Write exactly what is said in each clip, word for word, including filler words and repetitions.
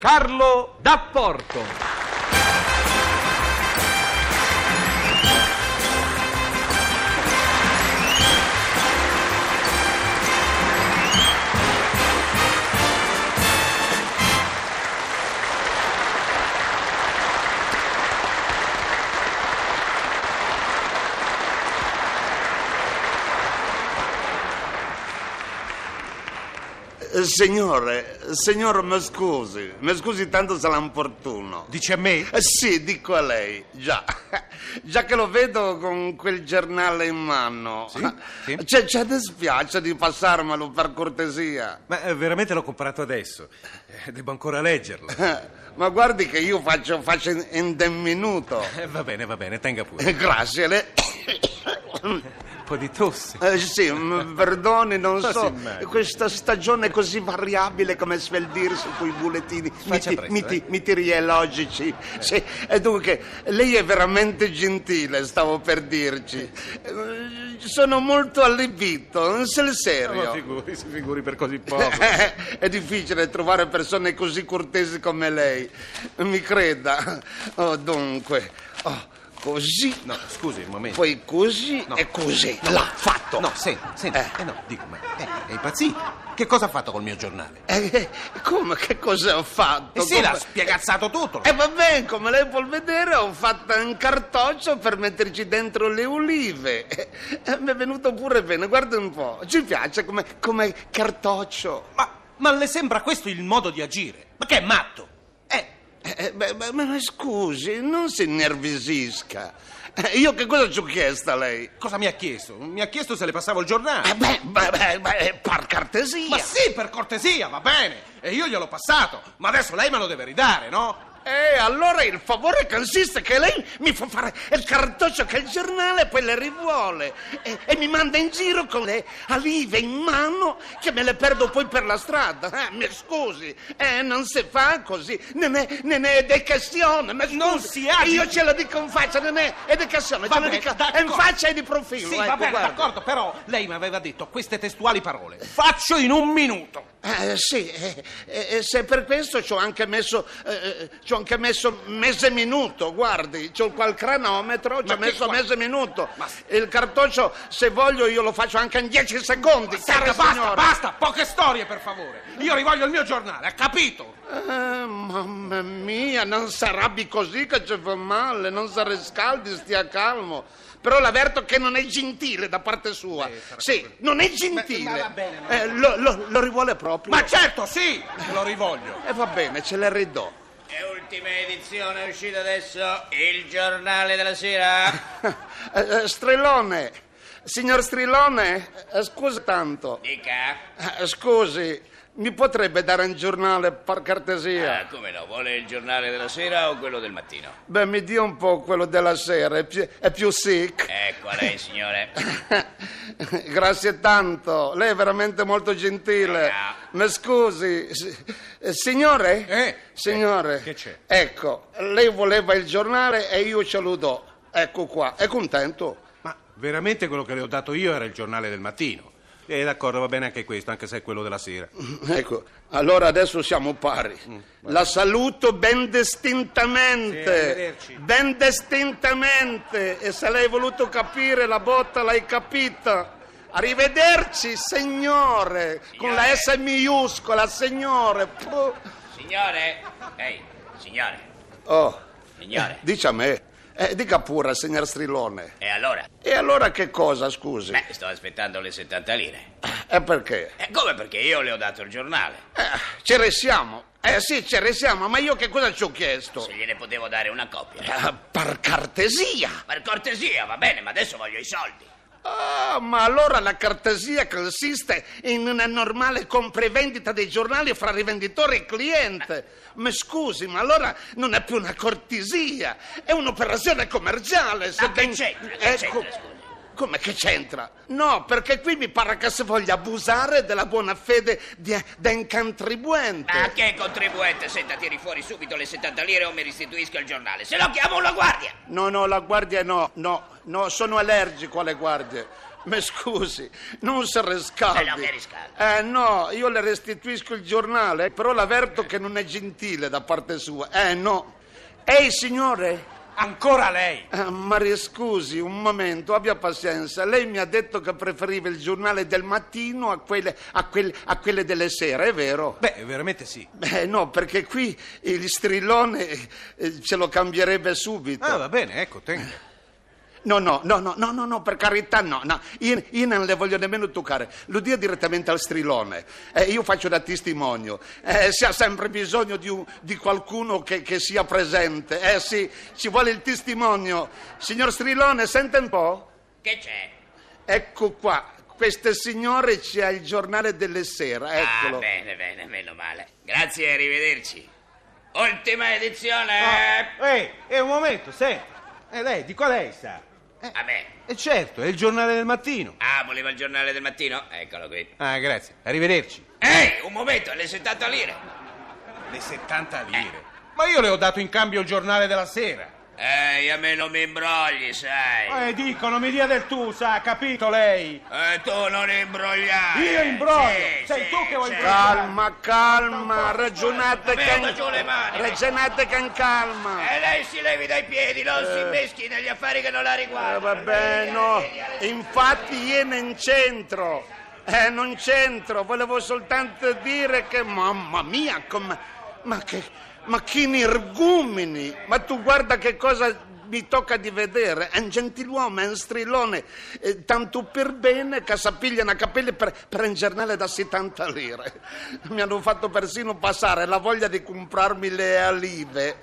Carlo D'Apporto. Signore, signore, mi scusi, mi scusi tanto se l'importuno. Dice a me? Eh, sì, dico a lei, già. Già che lo vedo con quel giornale in mano. Sì? Sì? C'è, c'è dispiace di passarmelo per cortesia. Ma eh, veramente l'ho comprato adesso. Eh, devo ancora leggerlo. Ma guardi che io faccio, faccio in, in un minuto. Eh, va bene, va bene, tenga pure. Eh, Grazie, le... Un po' di tosse. Eh, sì, m- perdoni, non Ma so, si immagini. questa stagione così variabile come sveldirsi coi bulettini, Faccia miti, presto, miti, eh. mitiriologici. Sì, e dunque, lei è veramente gentile, stavo per dirci. Eh, Sono molto allibito, sul Ma serio. figuri, si figuri per così poco. È difficile trovare persone così cortesi come lei, mi creda. Oh, dunque, oh, così, No, scusi, un momento. poi così No. e così. L'ha fatto. No, senti, senti. Eh. Eh, no, dico, ma eh, è impazzito. Che cosa ha fatto col mio giornale? Eh, come, che cosa ho fatto? E sì, Come- l'ha spiegazzato tutto. E va bene, come lei può vedere, ho fatto un cartoccio per metterci dentro le olive. Eh, mi è venuto pure bene, guarda un po'. Ci piace come, come cartoccio. Ma, ma le sembra questo il modo di agire? Ma che è matto? Eh, Eh, beh, beh, ma scusi, non si innervosisca. Eh, io che cosa ci ho chiesto a lei? cosa mi ha chiesto? Mi ha chiesto se le passavo il giornale. Eh, beh, beh, beh, beh, per cortesia. Ma sì, per cortesia, va bene. E io gliel'ho passato. Ma adesso lei me lo deve ridare, no? E allora il favore consiste che lei mi fa fare il cartoccio che il giornale poi le rivuole e, e mi manda in giro con le olive in mano che me le perdo poi per la strada. Eh, mi scusi, eh, non si fa così, non è, non è educazione. Mi scusi, Non si agiti. io ce lo dico in faccia, non è educazione, Va ce lo bene, dico d'accordo. in faccia e di profilo. Sì, ecco, va bene, guarda. d'accordo, però lei mi aveva detto queste testuali parole. Faccio in un minuto. Eh, sì, eh, eh, se per questo ci ho anche messo eh, ci ho anche messo mezzo minuto, guardi, c'ho qua il cronometro, ci Ma ho che messo qua- mezzo minuto. Ma- Il cartoccio, se voglio, io lo faccio anche in dieci secondi, cara Senta, basta, signora. basta, poche storie per favore. Io rivoglio il mio giornale, ha capito? Eh, mamma mia, non si arrabbi così che ci fa male, non si riscaldi, stia calmo. Però l'avverto che non è gentile da parte sua. Eh, sarà Sì, quello. non è gentile. Ma- ma va bene, no. Eh, lo, lo- lo rivuole proprio. Ma certo, sì, lo rivoglio. E va bene, ce le ridò. È ultima edizione, è uscita adesso il giornale della sera. Eh, eh, Strillone, signor Strillone, eh, scusi tanto. Dica. Eh, scusi, mi potrebbe dare un giornale per cortesia? Ah, come no, vuole il giornale della sera o quello del mattino? Beh, mi dia un po' quello della sera, è più, è più sick. Ecco a lei, signore. Grazie tanto, lei è veramente molto gentile. Eh, Mi scusi, si- eh, signore? Eh, Signore, eh, che c'è? Ecco, lei voleva il giornale e io ce lo do. Ecco qua, è contento? Ma veramente quello che le ho dato io era il giornale del mattino. E d'accordo, va bene anche questo, anche se è quello della sera. Ecco, allora adesso siamo pari. La saluto ben distintamente. Sì, arrivederci. Ben distintamente. E se l'hai voluto capire la botta l'hai capita. Arrivederci, signore. Con la S minuscola, signore. Puh. Signore. Ehi, signore. Oh, Signore. dici a me. Eh, dica pure, signor Strillone. E allora? E allora che cosa, scusi? Beh, sto aspettando le settanta lire. E perché? E come perché io le ho dato il giornale? Eh, ci resiamo. Eh sì, ci resiamo, ma io che cosa ci ho chiesto? Se gliene potevo dare una copia. Eh, per cortesia. Per cortesia, va bene, ma adesso voglio i soldi. Ah, ma allora la cortesia consiste in una normale compravendita dei giornali fra rivenditore e cliente. Ma scusi, ma allora non è più una cortesia, è un'operazione commerciale. se Ma che ben- c'entra? Che Ecco. c'entra, scusi? Come che c'entra? No, perché qui mi pare che si voglia abusare della buona fede di, di un contribuente. Ma che contribuente? Senta, tiri fuori subito le settanta lire o mi restituisca il giornale. Se no chiamo la guardia. No, no, la guardia no, no, no, sono allergico alle guardie. Mi scusi, non si riscaldi. Eh no, che riscaldi. Eh no, io le restituisco il giornale, però l'avverto che non è gentile da parte sua. Eh no. Ehi, signore? Ancora lei? Eh, Maria, scusi, un momento, abbia pazienza. Lei mi ha detto che preferiva il giornale del mattino a quelle, a quelle, a quelle delle sere, è vero? Beh, veramente sì. Beh, no, perché qui il strillone eh, ce lo cambierebbe subito. Ah, va bene, ecco, tenga. No, no, no, no, no, no, no, per carità, no, no. Io, io non le voglio nemmeno toccare. Lo dia direttamente al strillone. Eh, io faccio da testimonio. Eh, si ha sempre bisogno di, un, di qualcuno che, che sia presente. Eh sì, ci vuole il testimonio. Signor Strillone, sente un po'? Che c'è? Ecco qua. Queste signore c'ha il giornale delle sere, eccolo. Ah, bene, bene, meno male. Grazie, arrivederci. Ultima edizione. Ah, ehi, è un momento, senti. Eh, lei, di qual lei sa? Vabbè. E certo, è il giornale del mattino. Ah, voleva il giornale del mattino? Eccolo qui. Ah, grazie. Arrivederci. Ehi, un momento, le settanta lire. Le settanta lire? Ma io le ho dato in cambio il giornale della sera. Ehi, a me non mi imbrogli, sai. Eh, dicono, mi dia del tu, sa, capito lei? Eh, tu non imbrogliare. Io imbroglio. Sì, Sei sì, tu che vuoi sì. imbrogliare. Calma, calma, ragionate Vabbè, con... giù le mani. Ragionate con calma. E lei si levi dai piedi, non si meschi negli affari che non la Eh, riguardano. vabbè, no, infatti io non c'entro, eh, non c'entro, volevo soltanto dire che, mamma mia, come, ma che, ma che energumeni, ma tu guarda che cosa mi tocca di vedere, è un gentiluomo, è un strillone, eh, tanto per bene che s'appigliano a capelli per, per un giornale da settanta lire, mi hanno fatto persino passare la voglia di comprarmi le alive.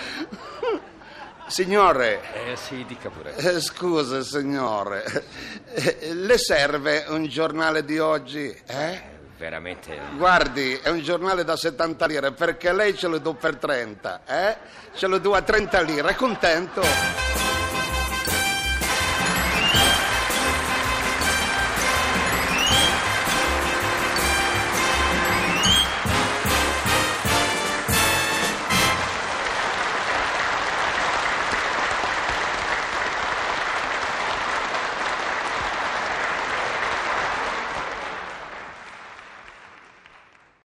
Signore, Eh sì, dica pure. eh, scusa signore, eh, le serve un giornale di oggi? Eh? Veramente. Guardi, è un giornale da settanta lire, perché lei ce lo do per trenta, eh? Ce lo do a trenta lire, è contento?